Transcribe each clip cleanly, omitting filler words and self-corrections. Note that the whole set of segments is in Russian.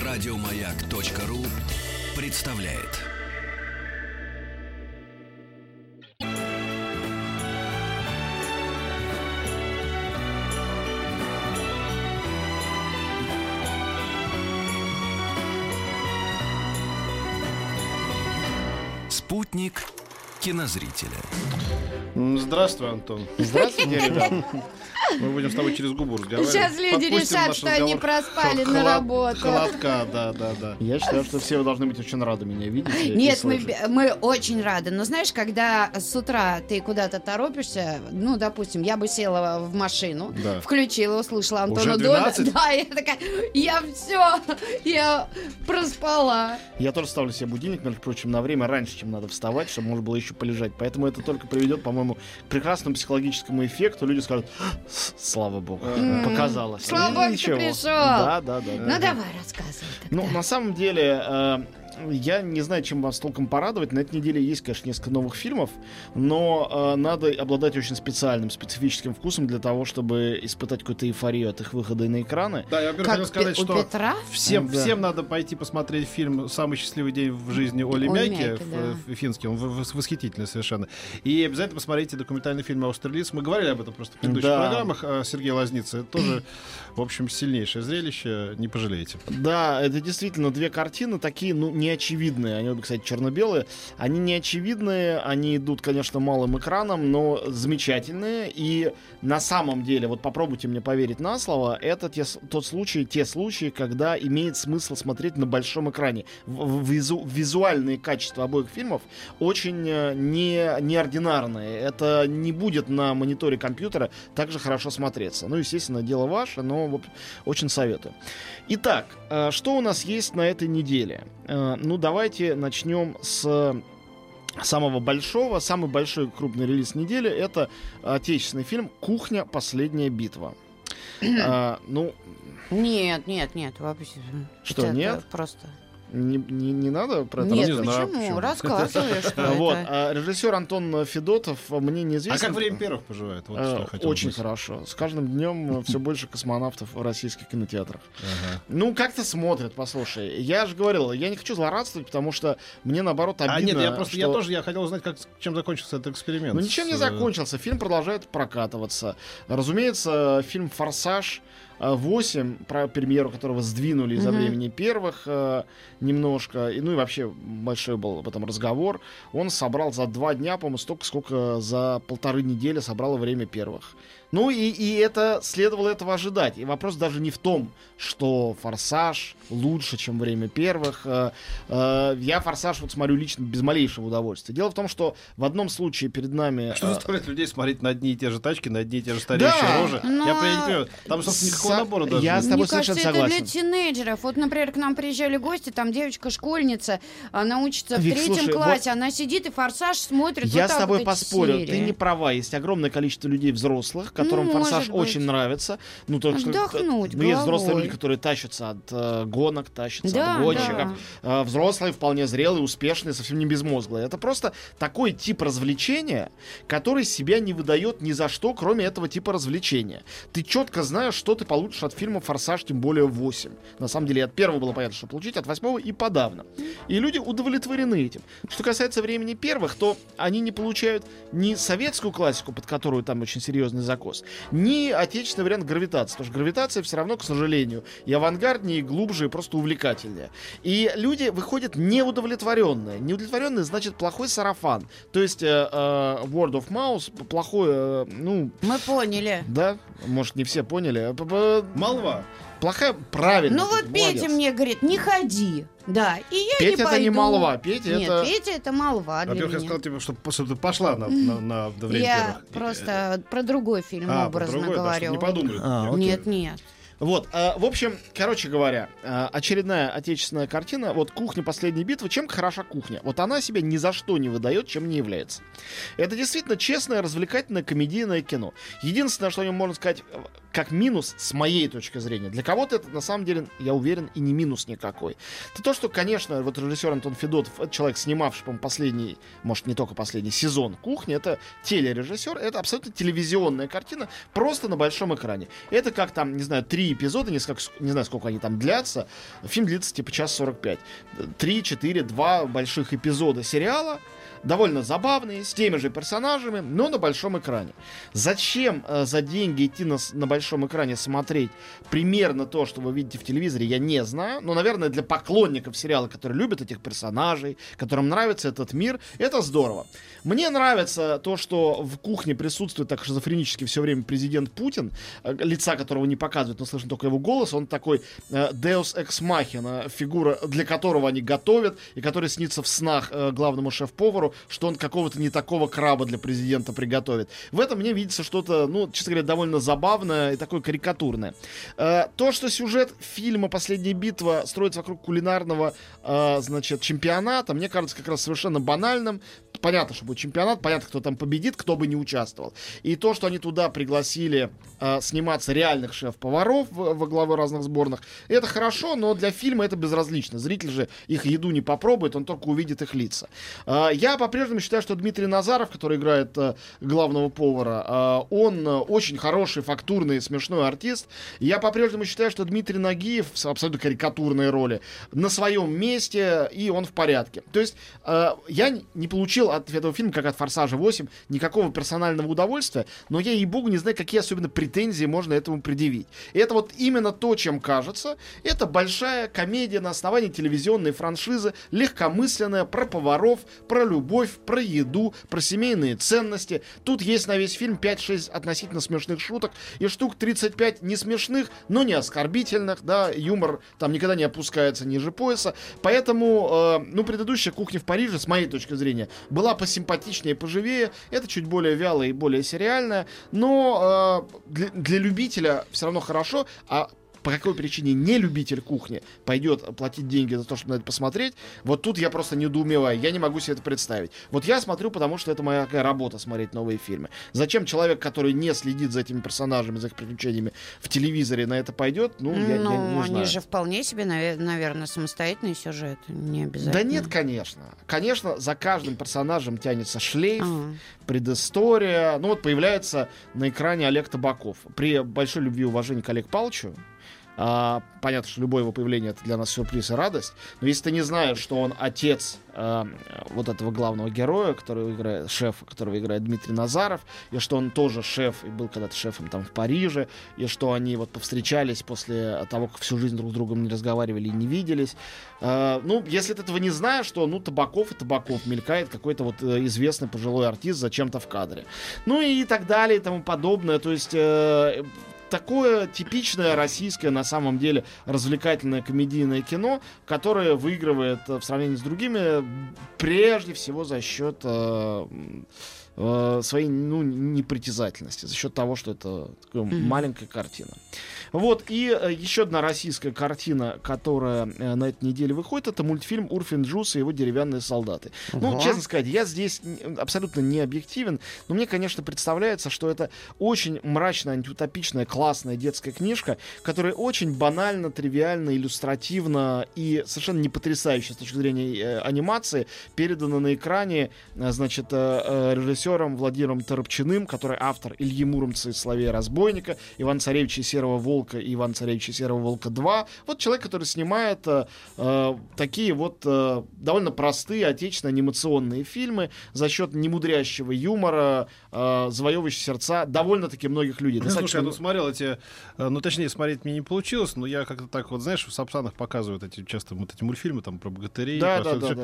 Радиомаяк.ру представляет. Спутник кинозрителя. Здравствуй, Антон. Здравствуйте, ребят. Мы будем с тобой через губу разговаривать. Сейчас люди решат, что они проспали на работу. Холодка, да. Я считаю, что все вы должны быть очень рады меня видеть. Нет, мы очень рады. Но знаешь, когда с утра ты куда-то торопишься, ну, допустим, я бы села в машину, Да. включила, услышала Антона Уже Долина. 12? Да, я такая, я проспала. Я тоже ставлю себе будильник, между прочим, на время раньше, чем надо вставать, чтобы можно было еще полежать. Поэтому это только приведет, по-моему, к прекрасному психологическому эффекту. Люди скажут: слава богу, показалось. Слава богу, Ничего. ты пришел. Да. Ну, давай, рассказывай тогда. Ну, на самом деле, я не знаю, чем вас толком порадовать. На этой неделе есть, конечно, несколько новых фильмов, но надо обладать очень специфическим вкусом для того, чтобы испытать какую-то эйфорию от их выхода на экраны. Да, я, во-первых, Как хотел сказать, у что Петра? всем надо пойти посмотреть фильм «Самый счастливый день в жизни» Оли Оли Мяки, Мяки, да. финский, он восхитительный совершенно. И обязательно посмотрите документальный фильм «Австралиец». Мы говорили об этом просто в предыдущих программах Сергея Лозницы. Это тоже, в общем, сильнейшее зрелище, не пожалеете. Да, это действительно две картины такие, ну, неочевидные. Они, кстати, черно-белые. Они неочевидные, они идут, конечно, малым экраном, но замечательные. И на самом деле, вот попробуйте мне поверить на слово, это те случаи, когда имеет смысл смотреть на большом экране. Визуальные качества обоих фильмов очень неординарные. Это не будет на мониторе компьютера так же хорошо смотреться. Ну, естественно, дело ваше, но вот, очень советую. Итак, что у нас есть на этой неделе? Ну, давайте начнем с самого большого. Самый большой крупный релиз недели — это отечественный фильм «Кухня. Последняя битва». Ну, Нет, вообще. Что, Это нет? Просто... не надо про это Нет, рассказывать? знаю, почему? почему. Рассказывай, что Вот, это. режиссер Антон Федотов мне неизвестен. А как «Время первых» поживает? Вот что я хотел Очень узнать. хорошо. С каждым днем все больше космонавтов в российских кинотеатрах. Ага. Ну, как-то смотрят, послушай. Я же говорил, я не хочу злорадствовать, потому что мне, наоборот, обидно. Я хотел узнать, чем закончился этот эксперимент. Ну, ничем не закончился. Фильм продолжает прокатываться. Разумеется, фильм «Форсаж 8», про премьеру которого сдвинули из-за времени первых немножко, ну и вообще большой был об этом разговор, он собрал за 2 дня, по-моему, столько, сколько за 1,5 недели собрало время первых. Ну и это следовало этого ожидать. И вопрос даже не в том, что «Форсаж» лучше, чем «Время первых». Я «Форсаж» вот смотрю лично без малейшего удовольствия. Дело в том, что в одном случае перед нами... Что заставляет людей смотреть на одни и те же тачки, на одни и те же стареющие рожи? но- Я не понимаю. Там, собственно, никакого набора даже Я нет. с тобой Мне кажется, совершенно это согласен. для тинейджеров. Вот, например, к нам приезжали гости, там девочка-школьница, она учится в Вик, 3 слушай, классе, она сидит и «Форсаж» смотрит. Я вот с так тобой вот эти поспорю, серии. ты не права. Есть огромное количество людей взрослых, которым Ну, «Форсаж» может быть. очень нравится. Ну, то, что, Отдохнуть ну, есть взрослые головой. люди, которые тащатся от гонок, тащатся Да, от гонщиков. Взрослые, вполне зрелые, успешные, совсем не безмозглые. Это просто такой тип развлечения, который себя не выдает ни за что, кроме этого типа развлечения. Ты четко знаешь, что ты получишь от фильма «Форсаж», тем более 8. На самом деле, от первого было понятно, что получить, от 8 и подавно. И люди удовлетворены этим. Что касается «Времени первых», то они не получают ни советскую классику, под которую там очень серьезный закос, ни отечественный вариант «Гравитации». Потому что «Гравитация» все равно, к сожалению, и авангарднее, и глубже, и просто увлекательнее. И люди выходят неудовлетворенные. Неудовлетворенные значит плохой сарафан. То есть word of mouth, плохое, Мы поняли. да, может, не все поняли. Молва. Плохая, правильно. Ну вот молодец. Петя мне говорит, не ходи. Да, и я Петя не пойду. это не молва, Петя Нет, это... Петя это молва для Во-первых, я меня. сказал тебе, чтобы ты пошла на «Время Я первых». просто про другой фильм про образно другой, да, говорю. чтобы не подумали. Нет, нет. Вот, в общем, короче говоря, очередная отечественная картина, вот «Кухня. Последняя битва». Чем хороша «Кухня»? Вот она себя ни за что не выдает, чем не является. Это действительно честное, развлекательное, комедийное кино. Единственное, что о нем можно сказать как минус с моей точки зрения. Для кого-то это, на самом деле, я уверен, и не минус никакой. Это то, что, конечно, вот режиссер Антон Федотов, это человек, снимавший, по-моему, последний, может, не только последний сезон «Кухни», это телережиссер, это абсолютно телевизионная картина, просто на большом экране. Это как там, не знаю, 3 эпизода, не знаю, сколько они там длятся. Фильм длится типа 1:45. 3, 4, 2 больших эпизода сериала, довольно забавные, с теми же персонажами, но на большом экране. Зачем за деньги идти на большом экране смотреть примерно то, что вы видите в телевизоре, я не знаю. Но, наверное, для поклонников сериала, которые любят этих персонажей, которым нравится этот мир, это здорово. Мне нравится то, что в «Кухне» присутствует так шизофренически все время президент Путин, лица которого не показывают, но слышно только его голос. Он такой Deus Ex Machina, фигура, для которого они готовят, и который снится в снах главному шеф-повару, что он какого-то не такого краба для президента приготовит. В этом мне видится что-то, ну, честно говоря, довольно забавное и такое карикатурное. То, что сюжет фильма «Последняя битва» строится вокруг кулинарного, значит, чемпионата, мне кажется как раз совершенно банальным. Понятно, что будет чемпионат, понятно, кто там победит, кто бы не участвовал. И то, что они туда пригласили сниматься реальных шеф-поваров во главе разных сборных, это хорошо, но для фильма это безразлично. Зритель же их еду не попробует, он только увидит их лица. Я по-прежнему считаю, что Дмитрий Назаров, который играет главного повара, он очень хороший, фактурный, смешной артист. Я по-прежнему считаю, что Дмитрий Нагиев в абсолютно карикатурной роли на своем месте, и он в порядке. То есть я не получил от этого фильма, как от «Форсажа 8», никакого персонального удовольствия, но я, ей-богу, не знаю, какие особенно претензии можно этому предъявить. И это вот именно то, чем кажется. Это большая комедия на основании телевизионной франшизы, легкомысленная, про поваров, про любовь, про еду, про семейные ценности. Тут есть на весь фильм 5-6 относительно смешных шуток и штук 35 не смешных, но не оскорбительных, да, юмор там никогда не опускается ниже пояса. Поэтому, предыдущая «Кухня в Париже», с моей точки зрения, была посимпатичнее, поживее. Это чуть более вялая и более сериальная, но для любителя все равно хорошо. А по какой причине не любитель «Кухни» пойдет платить деньги за то, чтобы на это посмотреть, вот тут я просто недоумеваю, я не могу себе это представить. Вот я смотрю, потому что это моя такая работа — смотреть новые фильмы. Зачем человек, который не следит за этими персонажами, за их приключениями в телевизоре, на это пойдет? Я не знаю. Они же вполне себе, наверное, самостоятельные сюжеты, не обязательно. Да нет, конечно. Конечно, за каждым персонажем тянется шлейф, предыстория. Появляется на экране Олег Табаков. При большой любви и уважении к Олегу Павловичу, понятно, что любое его появление — это для нас сюрприз и радость. Но если ты не знаешь, что он отец вот этого главного героя, которого играет шеф, которого играет Дмитрий Назаров, и что он тоже шеф и был когда-то шефом там в Париже, и что они вот повстречались после того, как всю жизнь друг с другом не разговаривали и не виделись. Если ты этого не знаешь, то Табаков и Табаков мелькает какой-то вот известный пожилой артист зачем-то в кадре. И так далее и тому подобное. То есть такое типичное российское, на самом деле, развлекательное комедийное кино, которое выигрывает в сравнении с другими прежде всего за счет своей непритязательности, за счет того, что это такая маленькая картина. Вот, и еще одна российская картина, которая на этой неделе выходит, это мультфильм «Урфин Джюс и его деревянные солдаты». Честно сказать, я здесь абсолютно не объективен, но мне, конечно, представляется, что это очень мрачная, антиутопичная, классная детская книжка, которая очень банально, тривиально, иллюстративно и совершенно не потрясающе с точки зрения анимации передана на экране, режиссером Владимиром Торопчиным, который автор «Ильи Муромца и Соловея Разбойника», «Иван-Царевича и Серого Волка» и «Иван-Царевича и Серого Волка 2». Вот человек, который снимает такие вот довольно простые отечественные анимационные фильмы за счет немудрящего юмора, завоевывающего сердца довольно-таки многих людей. Слушай, я смотрел эти... точнее, смотреть мне не получилось, но я как-то так вот, знаешь, в Сапсанах показывают часто эти мультфильмы там про богатырей. Да.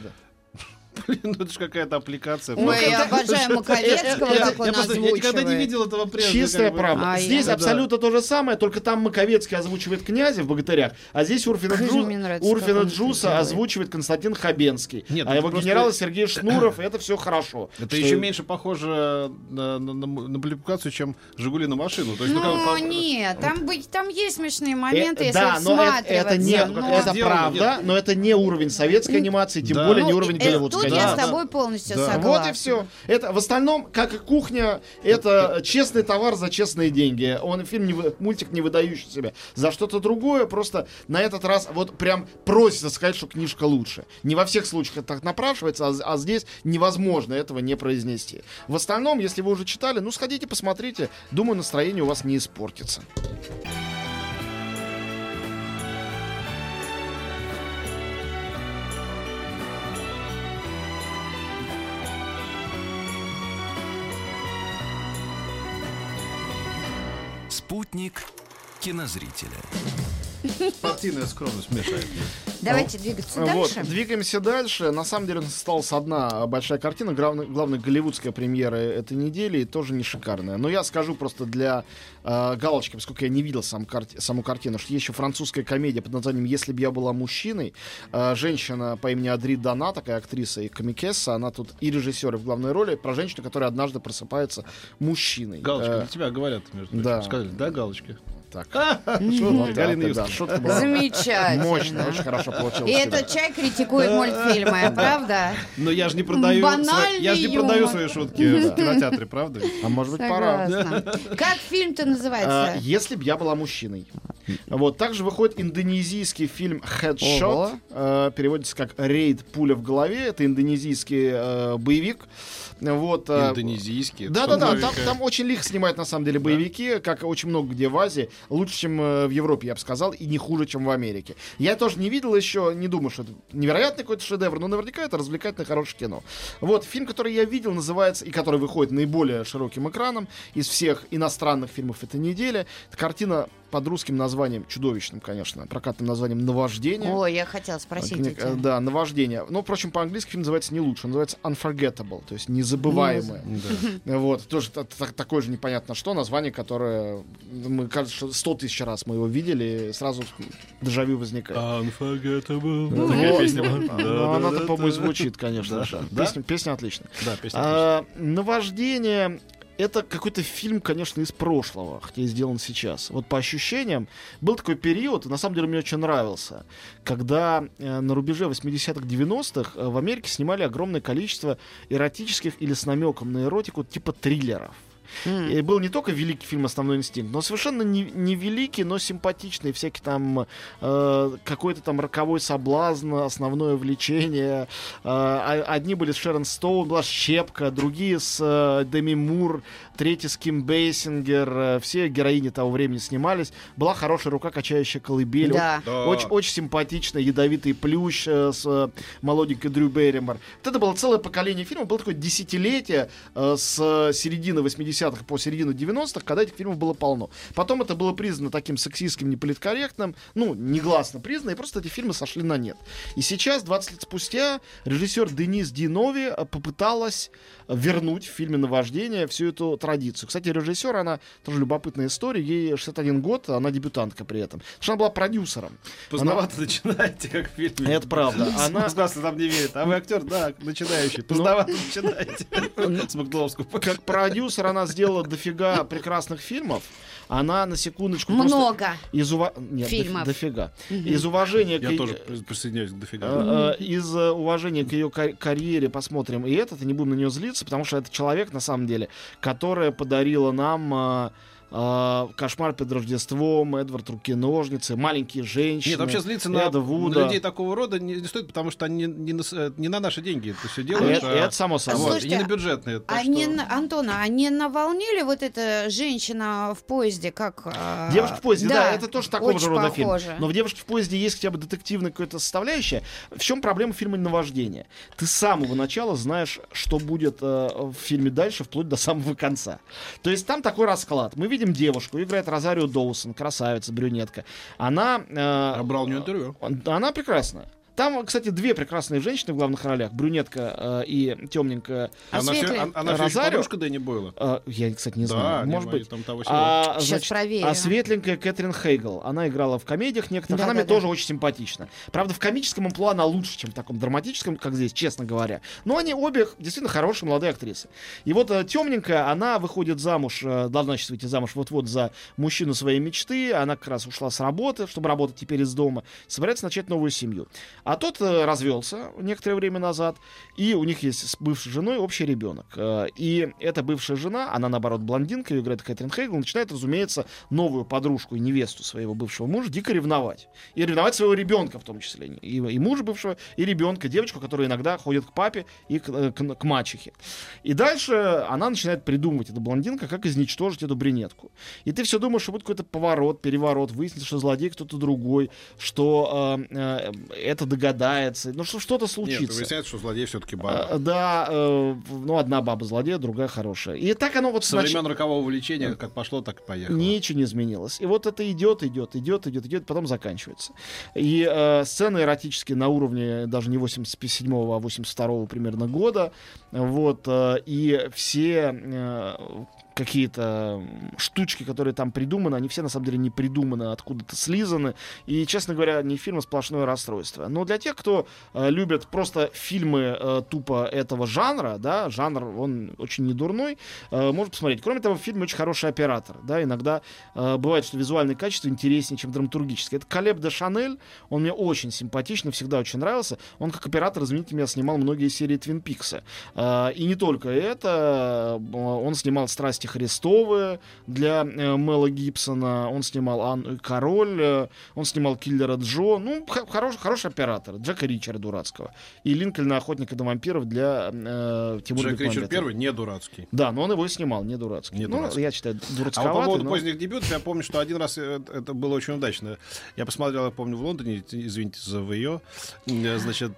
Блин, это же какая-то аппликация. Ой, я обожаю Маковецкого, как он озвучивает. Я никогда не видел этого прежде. Чистая правда. Здесь абсолютно то же самое, только там Маковецкий озвучивает князя в «Богатырях», а здесь Урфина Джюса озвучивает Константин Хабенский. А его генерал Сергей Шнуров, это все хорошо. Это еще меньше похоже на публикацию, чем «Жигули на машину». Нет, там есть смешные моменты, если да, но всматриваться. это правда, но это не уровень советской анимации, тем более не уровень голливудской. Тут конечно. я с тобой полностью Да. согласна. Вот и все. Это в остальном, как и кухня, это честный товар за честные деньги. Мультик не выдающий себя за что-то другое. Просто на этот раз вот прям просится сказать, что книжка лучше. Не во всех случаях это так напрашивается, а здесь невозможно этого не произнести. В остальном, если вы уже читали, ну сходите, посмотрите. Думаю, настроение у вас не испортится. Спутник кинозрителя. Партийная скромность мешает. Давайте двигаться Вот, дальше. двигаемся дальше. На самом деле у нас осталась одна большая картина, главная голливудская премьера этой недели, и тоже не шикарная. Но я скажу просто для галочки, поскольку я не видел саму картину, что есть еще французская комедия под названием «Если бы я была мужчиной». Женщина по имени Адри Дана, такая актриса и комикесса, она тут и режиссер, и в главной роли, про женщину, которая однажды просыпается мужчиной. Галочка, для тебя говорят, между прочим. да. Сказали, да, галочки? Так. Шутка, Галина Да, Юскина. шутка была Замечательно. мощно, очень хорошо получилось. И этот человек критикует мультфильмы, правда? Но я же не продаю, Банальный я же не продаю юмор. свои шутки в кинотеатре, правда? А может быть, пора. Согласна. Как фильм-то называется? Если б я была мужчиной. Вот, также выходит индонезийский фильм Headshot. Переводится как «Рейд. Пуля в голове». Это индонезийский боевик. Вот, Индонезийский. да, там очень лихо снимают на самом деле боевики, как очень много где в Азии. Лучше, чем в Европе, я бы сказал, и не хуже, чем в Америке. Я тоже не видел еще, не думаю, что это невероятный какой-то шедевр, но наверняка это развлекательное, хорошее кино. Вот, фильм, который я видел, называется, и который выходит наиболее широким экраном из всех иностранных фильмов этой недели. Это картина под русским названием, чудовищным, конечно, прокатным названием «Наваждение». Ой, я хотела спросить у тебя. Да, «Наваждение». Ну, впрочем, по-английски фильм называется не лучше, он называется «Unforgettable», то есть «незабываемое». Вот, тоже такое же непонятно что, название, которое, мы, кажется, 100 тысяч раз мы его видели, и сразу дежавю возникает. Unforgettable. Ну, Такая песня. Ну, она-то, по-моему, звучит, конечно же. Да? Песня отличная. Да, песня отличная. «Наваждение» — это какой-то фильм, конечно, из прошлого, хотя и сделан сейчас. Вот по ощущениям, был такой период, на самом деле мне очень нравился, когда на рубеже 80-х, 90-х в Америке снимали огромное количество эротических или с намеком на эротику типа триллеров. И был не только великий фильм «Основной инстинкт», но совершенно не великий, но симпатичный, всякий там какой-то там роковой соблазн, основное влечение. Одни были с Шерон Стоун, была «Щепка», другие с Деми Мур, третий с Ким Бейсингер. Все героини того времени снимались. Была «Хорошая рука, качающая колыбель». Да. Очень симпатичный, ядовитый плющ с молоденькой Дрю Берримор. Вот это было целое поколение фильмов, было такое десятилетие с середины 80-х по середину 90-х, когда этих фильмов было полно. Потом это было признано таким сексистским, неполиткорректным, ну, негласно признано, и просто эти фильмы сошли на нет. И сейчас, 20 лет спустя, режиссер Денис Динови попыталась вернуть в фильме «Наваждение» всю эту традицию. Кстати, режиссер, она тоже любопытная история, ей 61 год, она дебютантка при этом. Потому что она была продюсером. Поздновато начинаете, как в фильме. Это правда. Она... Спасибо, там не верит. А вы актер, да, начинающий. Поздновато начинаете. С Макловского. Как продюсер она сделала дофига прекрасных фильмов. Она, на секундочку... Много Нет, фильмов. дофига. Из уважения Я тоже присоединяюсь к дофига. из уважения к ее карьере посмотрим и этот, и не будем на нее злиться, потому что это человек, на самом деле, которая подарила нам... «Кошмар перед Рождеством», «Эдвард Руки-ножницы», «Маленькие женщины». Нет, вообще злиться на Вуда. людей такого рода не стоит, потому что они не на наши деньги это все делают. Это само собой. Вот, и Слушайте, не на бюджетные. так Антона, а не на волне ли вот эта женщина в поезде, как... «Девушка в поезде», да, это тоже такого же рода фильм. похоже. Но в «Девушке в поезде» есть хотя бы детективная какая-то составляющая. В чем проблема фильма «Наваждение»? Ты с самого начала знаешь, что будет в фильме дальше, вплоть до самого конца. То есть там такой расклад. Мы видим девушку, играет Розарио Доусон, красавица, брюнетка. Она... Я брал у нее интервью. Она прекрасная. Там, кстати, две прекрасные женщины в главных ролях. Брюнетка и темненькая Она все Розарио. подружка Дэнни Бойла. Я, кстати, не знаю. Да, Может быть. там того всего. Сейчас проверю. А светленькая Кэтрин Хейгл. Она играла в комедиях некоторых. Да, Она мне да. тоже очень симпатична. Правда, в комическом амплуа она лучше, чем в таком драматическом, как здесь, честно говоря. Но они обе действительно хорошие молодые актрисы. И вот темненькая, она выходит замуж, должна сейчас выйти замуж вот-вот за мужчину своей мечты. Она как раз ушла с работы, чтобы работать теперь из дома. Собирается начать новую семью. А тот развелся некоторое время назад, и у них есть с бывшей женой общий ребенок. И эта бывшая жена, она, наоборот, блондинка, ее играет Кэтрин Хейгл, начинает, разумеется, новую подружку и невесту своего бывшего мужа дико ревновать. И ревновать своего ребенка в том числе. И мужа бывшего, и ребенка, девочку, которая иногда ходит к папе и к мачехе. И дальше она начинает придумывать, эта блондинка, как изничтожить эту брюнетку. И ты все думаешь, что будет какой-то поворот, переворот, выяснится, что злодей кто-то другой, что это догадается, ну что что-то случится. Нет, выясняется, что злодей все-таки баба. Да, ну одна баба злодея, другая хорошая. И так оно вот... Со времен рокового влечения как пошло, так и поехало. Ничего не изменилось. И вот это идет, потом заканчивается. И сцены эротические на уровне даже не 87-го, а 82-го примерно года. Вот. И все какие-то штучки, которые там придуманы, они все на самом деле не придуманы, откуда-то слизаны. И, честно говоря, не фильм, а сплошное расстройство. Но для тех, кто любит просто фильмы тупо этого жанра, да, жанр, он очень недурной, может посмотреть. Кроме того, в фильме очень хороший оператор. Да, иногда бывает, что визуальное качество интереснее, чем драматургическое. Это Калеб де Шанель, он мне очень симпатичный, всегда очень нравился. Он как оператор, извините меня, снимал многие серии Твин Пикса. И не только это, он снимал «Страсти Христовы» для Мела Гибсона, он снимал «Анну и король», он снимал «Киллера Джо». Ну, хороший оператор. Джека Ричера дурацкого. И «Линкольна, охотника на вампиров» для Тимура Бекмамбетова. Джек Ричард первый не дурацкий. Да, но он его и снимал, не дурацкий. Не дурацкий. Я считаю, дурацковатый. А вот по поводу поздних дебютов, я помню, что один раз это было очень удачно. Я посмотрел, я помню, в Лондоне, извините за ВО. Значит,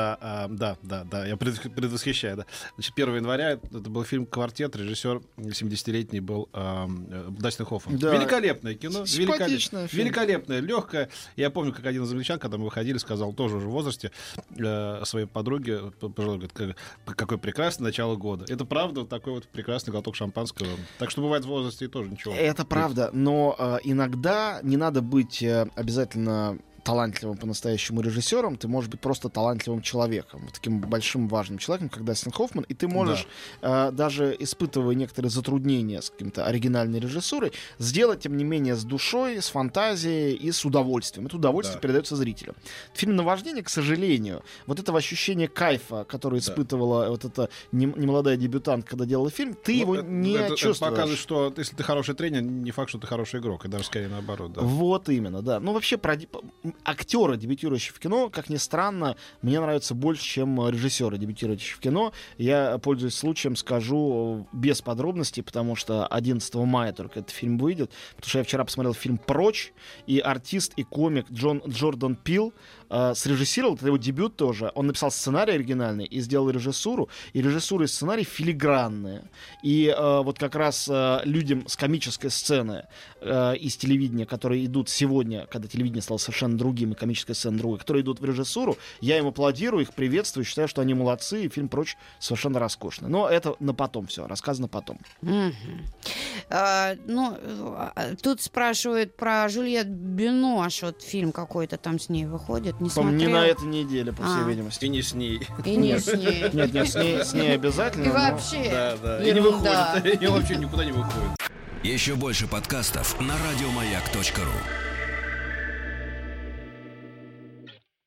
да, я предвосхищаю, да. Значит, 1 января это был фильм «Квартет», режиссер 70-летний был Дастин Хоффман. Да. Великолепное кино. Великолепное, легкое. Я помню, как один из англичан, когда мы выходили, сказал тоже уже в возрасте своей подруге, говорит, какое прекрасное начало года. Это правда, вот такой вот прекрасный глоток шампанского. Так что бывает в возрасте и тоже ничего. Это правда, но иногда не надо быть обязательно талантливым по-настоящему режиссером, ты можешь быть просто талантливым человеком, таким большим важным человеком, как Дастин Хоффман, и ты можешь, даже испытывая некоторые затруднения с каким-то оригинальной режиссурой, сделать, тем не менее, с душой, с фантазией и с удовольствием. Это удовольствие передается зрителю. Фильм «Наваждение», к сожалению, вот этого ощущения кайфа, которое испытывала вот эта немолодая дебютантка, когда делала фильм, ты его не чувствуешь. Это показывает, что если ты хороший тренер, не факт, что ты хороший игрок, и даже скорее наоборот. Да. Вот именно, да. Ну, вообще, актеры, дебютирующие в кино, как ни странно, мне нравятся больше, чем режиссеры, дебютирующие в кино. Я, пользуясь случаем, скажу без подробностей, потому что 11 мая только этот фильм выйдет. Потому что я вчера посмотрел фильм «Прочь», и артист и комик Джордан Пил срежиссировал, это его дебют тоже. Он написал сценарий оригинальный и сделал режиссуру. И режиссура и сценарий филигранные. И вот как раз людям с комической сцены из телевидения, которые идут сегодня, когда телевидение стало совершенно другим, и комическая сцена другой, которые идут в режиссуру, я им аплодирую, их приветствую, считаю, что они молодцы, и фильм «Прочь» совершенно роскошный. Но это на потом все, рассказано потом. Тут спрашивают про Жюльет Бinoche, вот фильм какой-то там с ней выходит. Не смотрел. Не на этой неделе, по всей видимости. И не с ней. И не с ней. Нет, с ней обязательно. И вообще. Да. И не выходит. И вообще никуда не выходит. Еще больше подкастов на радиомаяк.ру.